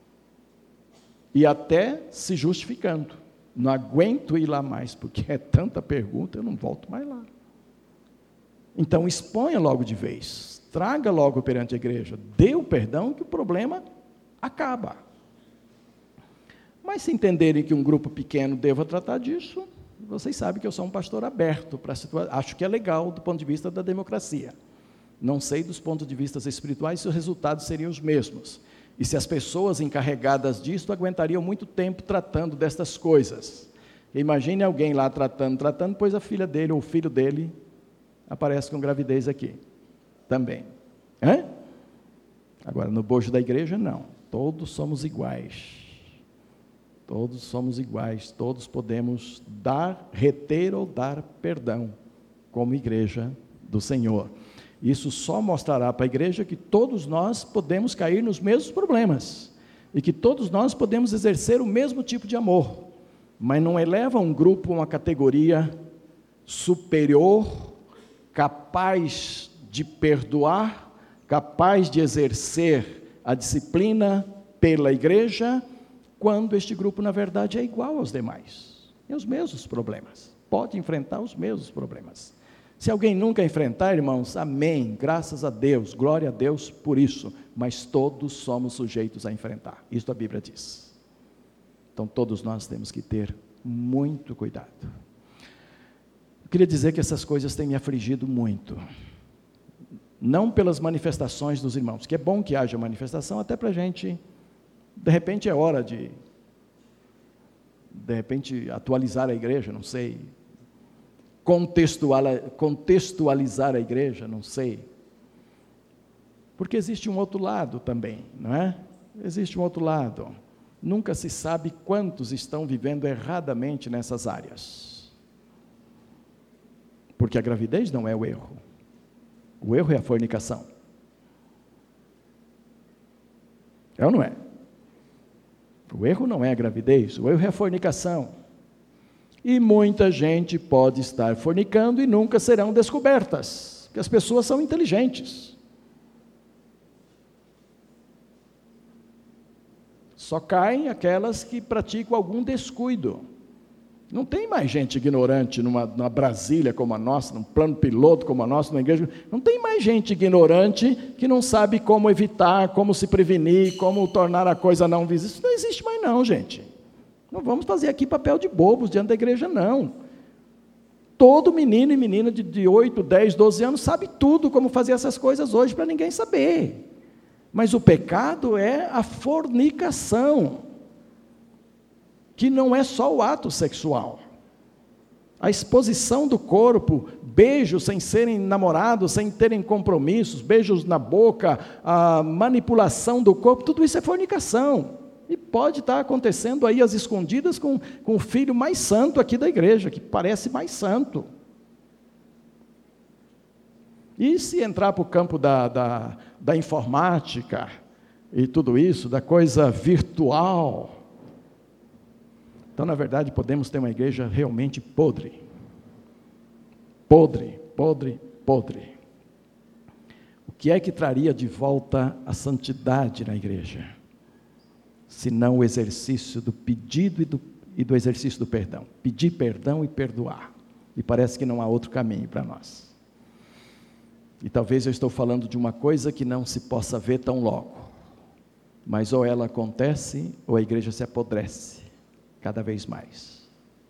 E até se justificando. Não aguento ir lá mais, porque é tanta pergunta, eu não volto mais lá. Então, exponha logo de vez, traga logo perante a igreja, dê o perdão que o problema acaba. Mas se entenderem que um grupo pequeno deva tratar disso, vocês sabem que eu sou um pastor aberto para a situação, acho que é legal do ponto de vista da democracia. Não sei dos pontos de vista espirituais se os resultados seriam os mesmos. E se as pessoas encarregadas disso aguentariam muito tempo tratando destas coisas. Imagine alguém lá tratando, tratando, pois a filha dele ou o filho dele aparece com gravidez aqui, também. Hã? Agora, no bojo da igreja, não. Todos somos iguais. Todos somos iguais. Todos podemos dar, reter ou dar perdão, como igreja do Senhor. Isso só mostrará para a igreja que todos nós podemos cair nos mesmos problemas. E que todos nós podemos exercer o mesmo tipo de amor. Mas não eleva um grupo a uma categoria superior, capaz de perdoar, capaz de exercer a disciplina pela igreja, quando este grupo, na verdade, é igual aos demais. Tem os mesmos problemas. Pode enfrentar os mesmos problemas. Se alguém nunca enfrentar, irmãos, amém, graças a Deus, glória a Deus por isso, mas todos somos sujeitos a enfrentar. Isso a Bíblia diz. Então, todos nós temos que ter muito cuidado. Eu queria dizer que essas coisas têm me afligido muito. Não pelas manifestações dos irmãos, que é bom que haja manifestação, até para a gente, de repente é hora de, de repente, atualizar a igreja, não sei, contextualizar a igreja, não sei, porque existe um outro lado também, não é? Existe um outro lado, nunca se sabe quantos estão vivendo erradamente nessas áreas, porque a gravidez não é o erro, o erro é a fornicação, é ou não é? O erro não é a gravidez, o erro é a fornicação. E muita gente pode estar fornicando e nunca serão descobertas, porque as pessoas são inteligentes. Só caem aquelas que praticam algum descuido. Não tem mais gente ignorante numa, numa Brasília como a nossa, num plano piloto como a nossa, numa igreja. Não tem mais gente ignorante que não sabe como evitar, como se prevenir, como tornar a coisa não visível. Isso não existe mais não, gente. Não vamos fazer aqui papel de bobos diante da igreja, não. Todo menino e menina de, de oito, dez, doze anos sabe tudo como fazer essas coisas hoje para ninguém saber. Mas o pecado é a fornicação, que não é só o ato sexual. A exposição do corpo, beijos sem serem namorados, sem terem compromissos, beijos na boca, a manipulação do corpo, tudo isso é fornicação. E pode estar acontecendo aí às escondidas com, com o filho mais santo aqui da igreja, que parece mais santo. E se entrar para o campo da, da, da informática e tudo isso, da coisa virtual, então, na verdade, podemos ter uma igreja realmente podre. Podre, podre, podre. O que é que traria de volta a santidade na igreja? Senão o exercício do pedido e do, e do exercício do perdão. Pedir perdão e perdoar. E parece que não há outro caminho para nós. E talvez eu estou falando de uma coisa que não se possa ver tão logo. Mas ou ela acontece, ou a igreja se apodrece, cada vez mais.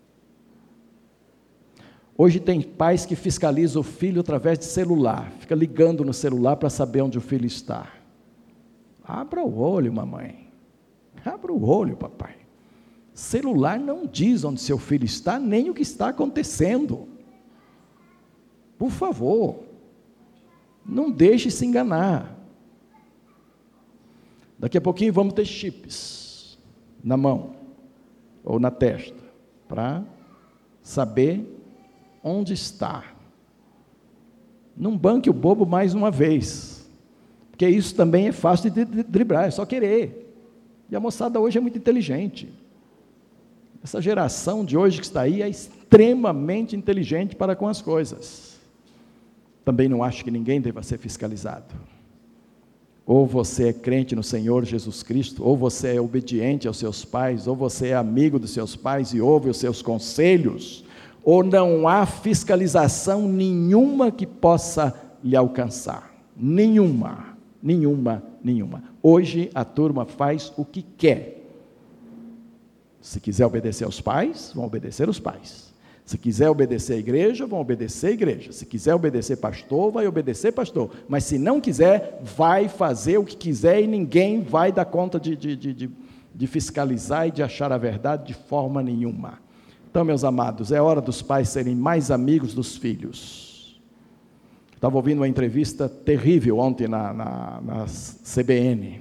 Hoje tem pais que fiscalizam o filho através de celular. Fica ligando no celular para saber onde o filho está. Abra o olho, mamãe. Abra o olho, papai. Celular não diz onde seu filho está, nem o que está acontecendo. Por favor, não deixe se enganar. Daqui a pouquinho vamos ter chips na mão ou na testa, para saber onde está. Não banque o bobo mais uma vez, porque isso também é fácil de driblar, é só querer. E a moçada hoje é muito inteligente. Essa geração de hoje que está aí é extremamente inteligente para com as coisas. Também não acho que ninguém deva ser fiscalizado. Ou você é crente no Senhor Jesus Cristo, ou você é obediente aos seus pais, ou você é amigo dos seus pais e ouve os seus conselhos, ou não há fiscalização nenhuma que possa lhe alcançar. Nenhuma, nenhuma, nenhuma. Hoje a turma faz o que quer. Se quiser obedecer aos pais, vão obedecer os pais. Se quiser obedecer a igreja, vão obedecer a igreja. Se quiser obedecer pastor, vai obedecer pastor. Mas se não quiser, vai fazer o que quiser e ninguém vai dar conta de, de, de, de fiscalizar e de achar a verdade de forma nenhuma. Então, meus amados, é hora dos pais serem mais amigos dos filhos. Estava ouvindo uma entrevista terrível ontem na, na, na C B N.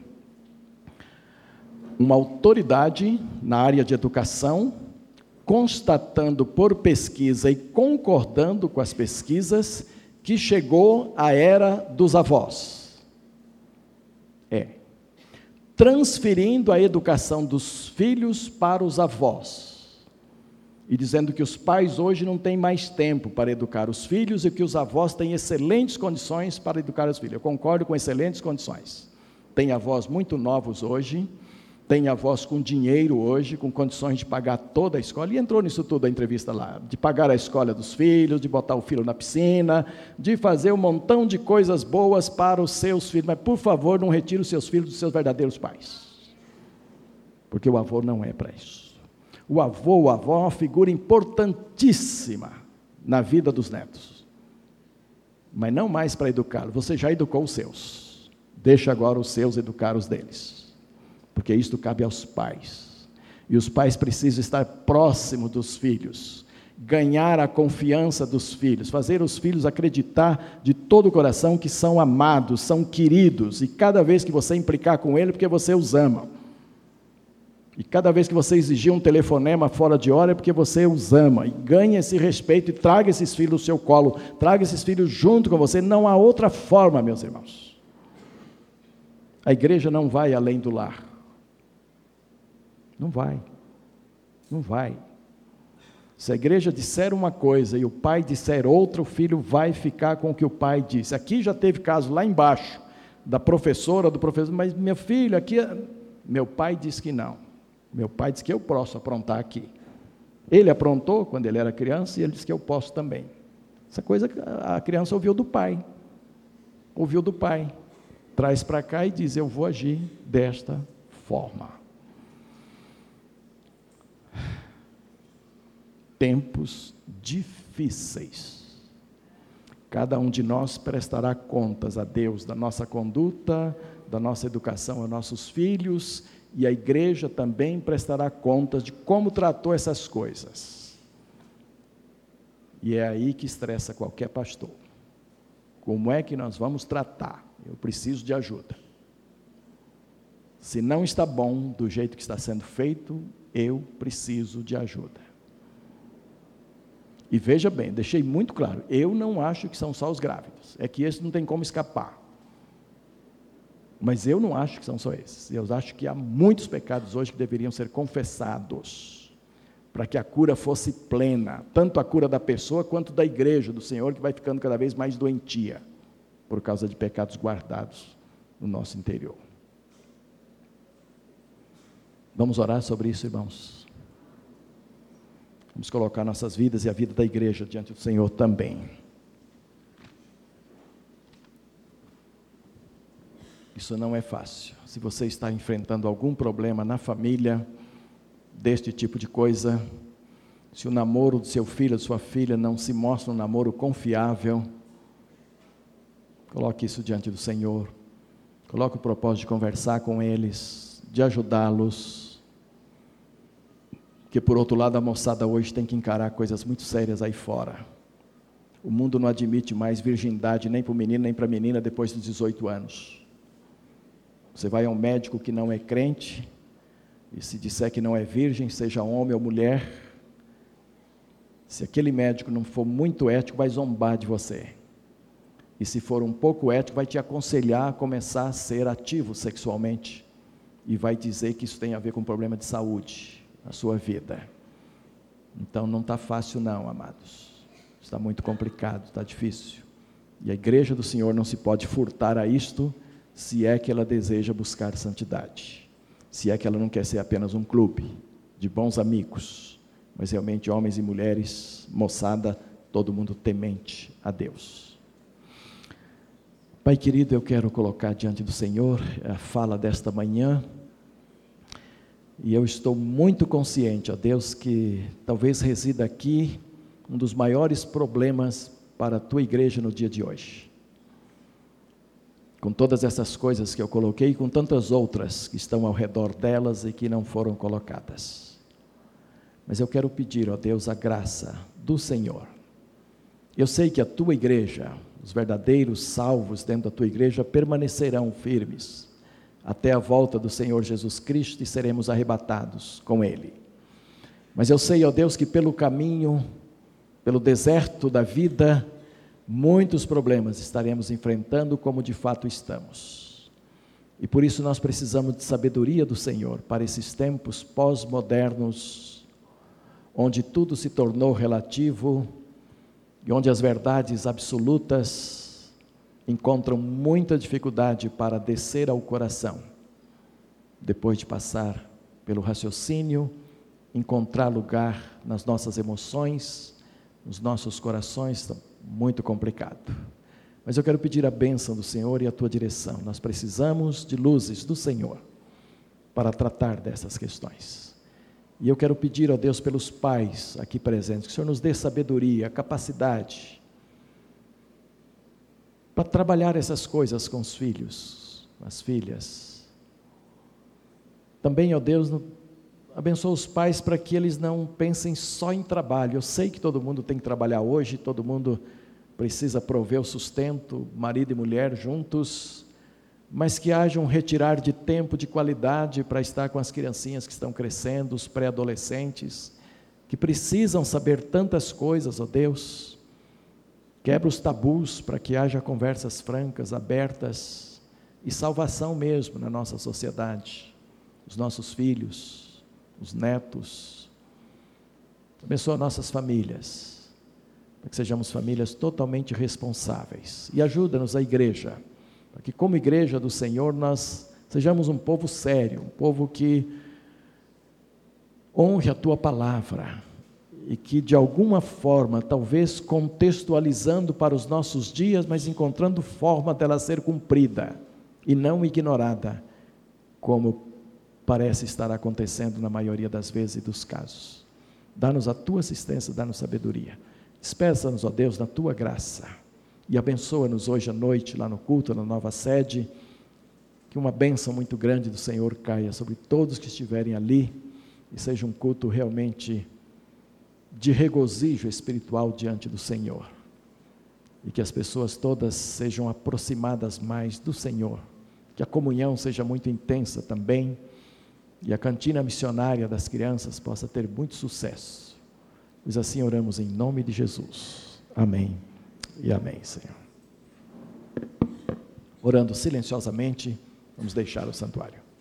Uma autoridade na área de educação, constatando por pesquisa e concordando com as pesquisas, que chegou a era dos avós. É. Transferindo a educação dos filhos para os avós. E dizendo que os pais hoje não têm mais tempo para educar os filhos e que os avós têm excelentes condições para educar os filhos. Eu concordo com excelentes condições. Tem avós muito novos hoje, tem avós com dinheiro hoje, com condições de pagar toda a escola, e entrou nisso tudo a entrevista lá, de pagar a escola dos filhos, de botar o filho na piscina, de fazer um montão de coisas boas para os seus filhos, mas por favor não retire os seus filhos dos seus verdadeiros pais, porque o avô não é para isso. O avô, o avó é uma figura importantíssima na vida dos netos, mas não mais para educá-los. Você já educou os seus, deixa agora os seus educar os deles, porque isto cabe aos pais, e os pais precisam estar próximos dos filhos, ganhar a confiança dos filhos, fazer os filhos acreditar de todo o coração que são amados, são queridos, e cada vez que você implicar com ele, porque você os ama. E cada vez que você exigir um telefonema fora de hora é porque você os ama, e ganha esse respeito, e traga esses filhos no seu colo, traga esses filhos junto com você. Não há outra forma, meus irmãos. A igreja não vai além do lar, não vai, não vai. Se a igreja disser uma coisa e o pai disser outra, o filho vai ficar com o que o pai disse. Aqui já teve caso lá embaixo, da professora, do professor, mas meu filho, aqui, meu pai disse que não. Meu pai disse que eu posso aprontar aqui. Ele aprontou quando ele era criança e ele disse que eu posso também. Essa coisa a criança ouviu do pai. Ouviu do pai. Traz para cá e diz, eu vou agir desta forma. Tempos difíceis. Cada um de nós prestará contas a Deus da nossa conduta, da nossa educação aos nossos filhos, e a igreja também prestará contas de como tratou essas coisas. E é aí que estressa qualquer pastor. Como é que nós vamos tratar? Eu preciso de ajuda. Se não está bom do jeito que está sendo feito, eu preciso de ajuda. E veja bem, deixei muito claro, eu não acho que são só os grávidos, é que esses não tem como escapar. Mas eu não acho que são só esses. Eu acho que há muitos pecados hoje que deveriam ser confessados, para que a cura fosse plena, tanto a cura da pessoa, quanto da igreja do Senhor, que vai ficando cada vez mais doentia, por causa de pecados guardados no nosso interior. Vamos orar sobre isso, irmãos? Vamos colocar nossas vidas e a vida da igreja diante do Senhor também. Isso não é fácil. Se você está enfrentando algum problema na família, deste tipo de coisa, se o namoro do seu filho ou de sua filha não se mostra um namoro confiável, coloque isso diante do Senhor, coloque o propósito de conversar com eles, de ajudá-los, porque por outro lado a moçada hoje tem que encarar coisas muito sérias aí fora. O mundo não admite mais virgindade nem para o menino nem para a menina depois dos dezoito anos. Você vai a um médico que não é crente, e se disser que não é virgem, seja homem ou mulher, se aquele médico não for muito ético, vai zombar de você. E se for um pouco ético, vai te aconselhar a começar a ser ativo sexualmente, e vai dizer que isso tem a ver com problema de saúde na sua vida. Então não está fácil não, amados. Está muito complicado, está difícil. E a igreja do Senhor não se pode furtar a isto, se é que ela deseja buscar santidade, se é que ela não quer ser apenas um clube de bons amigos, mas realmente homens e mulheres, moçada, todo mundo temente a Deus. Pai querido, eu quero colocar diante do Senhor a fala desta manhã, e eu estou muito consciente, ó Deus, que talvez resida aqui um dos maiores problemas para a tua igreja no dia de hoje. Com todas essas coisas que eu coloquei, e com tantas outras que estão ao redor delas e que não foram colocadas. Mas eu quero pedir, ó Deus, a graça do Senhor. Eu sei que a tua igreja os verdadeiros salvos dentro da tua igreja permanecerão firmes até a volta do Senhor Jesus Cristo e seremos arrebatados com Ele. Mas eu sei, ó Deus, que pelo caminho, pelo deserto da vida, muitos problemas estaremos enfrentando como de fato estamos. E por isso nós precisamos de sabedoria do Senhor para esses tempos pós-modernos, onde tudo se tornou relativo e onde as verdades absolutas encontram muita dificuldade para descer ao coração, depois de passar pelo raciocínio, encontrar lugar nas nossas emoções, nos nossos corações. Está muito complicado. Mas eu quero pedir a bênção do Senhor e a tua direção. Nós precisamos de luzes do Senhor para tratar dessas questões. E eu quero pedir a Deus pelos pais aqui presentes, que o Senhor nos dê sabedoria, capacidade para trabalhar essas coisas com os filhos, as filhas. Também, ó Deus, abençoa os pais para que eles não pensem só em trabalho. Eu sei que todo mundo tem que trabalhar hoje, todo mundo precisa prover o sustento, marido e mulher juntos, mas que haja um retirar de tempo de qualidade para estar com as criancinhas que estão crescendo, os pré-adolescentes, que precisam saber tantas coisas, ó Deus. Quebra os tabus para que haja conversas francas, abertas, e salvação mesmo na nossa sociedade, os nossos filhos, os netos. Abençoa nossas famílias, para que sejamos famílias totalmente responsáveis, e ajuda-nos a igreja, para que como igreja do Senhor nós sejamos um povo sério, um povo que honre a tua palavra, e que de alguma forma, talvez contextualizando para os nossos dias, mas encontrando forma dela ser cumprida, e não ignorada, como parece estar acontecendo na maioria das vezes e dos casos. Dá-nos a tua assistência, dá-nos sabedoria. Despeça-nos, ó Deus, na tua graça, e abençoa-nos hoje à noite, lá no culto, na nova sede, que uma bênção muito grande do Senhor caia sobre todos que estiverem ali, e seja um culto realmente de regozijo espiritual diante do Senhor, e que as pessoas todas sejam aproximadas mais do Senhor, que a comunhão seja muito intensa também, e a cantina missionária das crianças possa ter muito sucesso. Pois assim oramos em nome de Jesus. Amém e amém, Senhor. Orando silenciosamente, vamos deixar o santuário.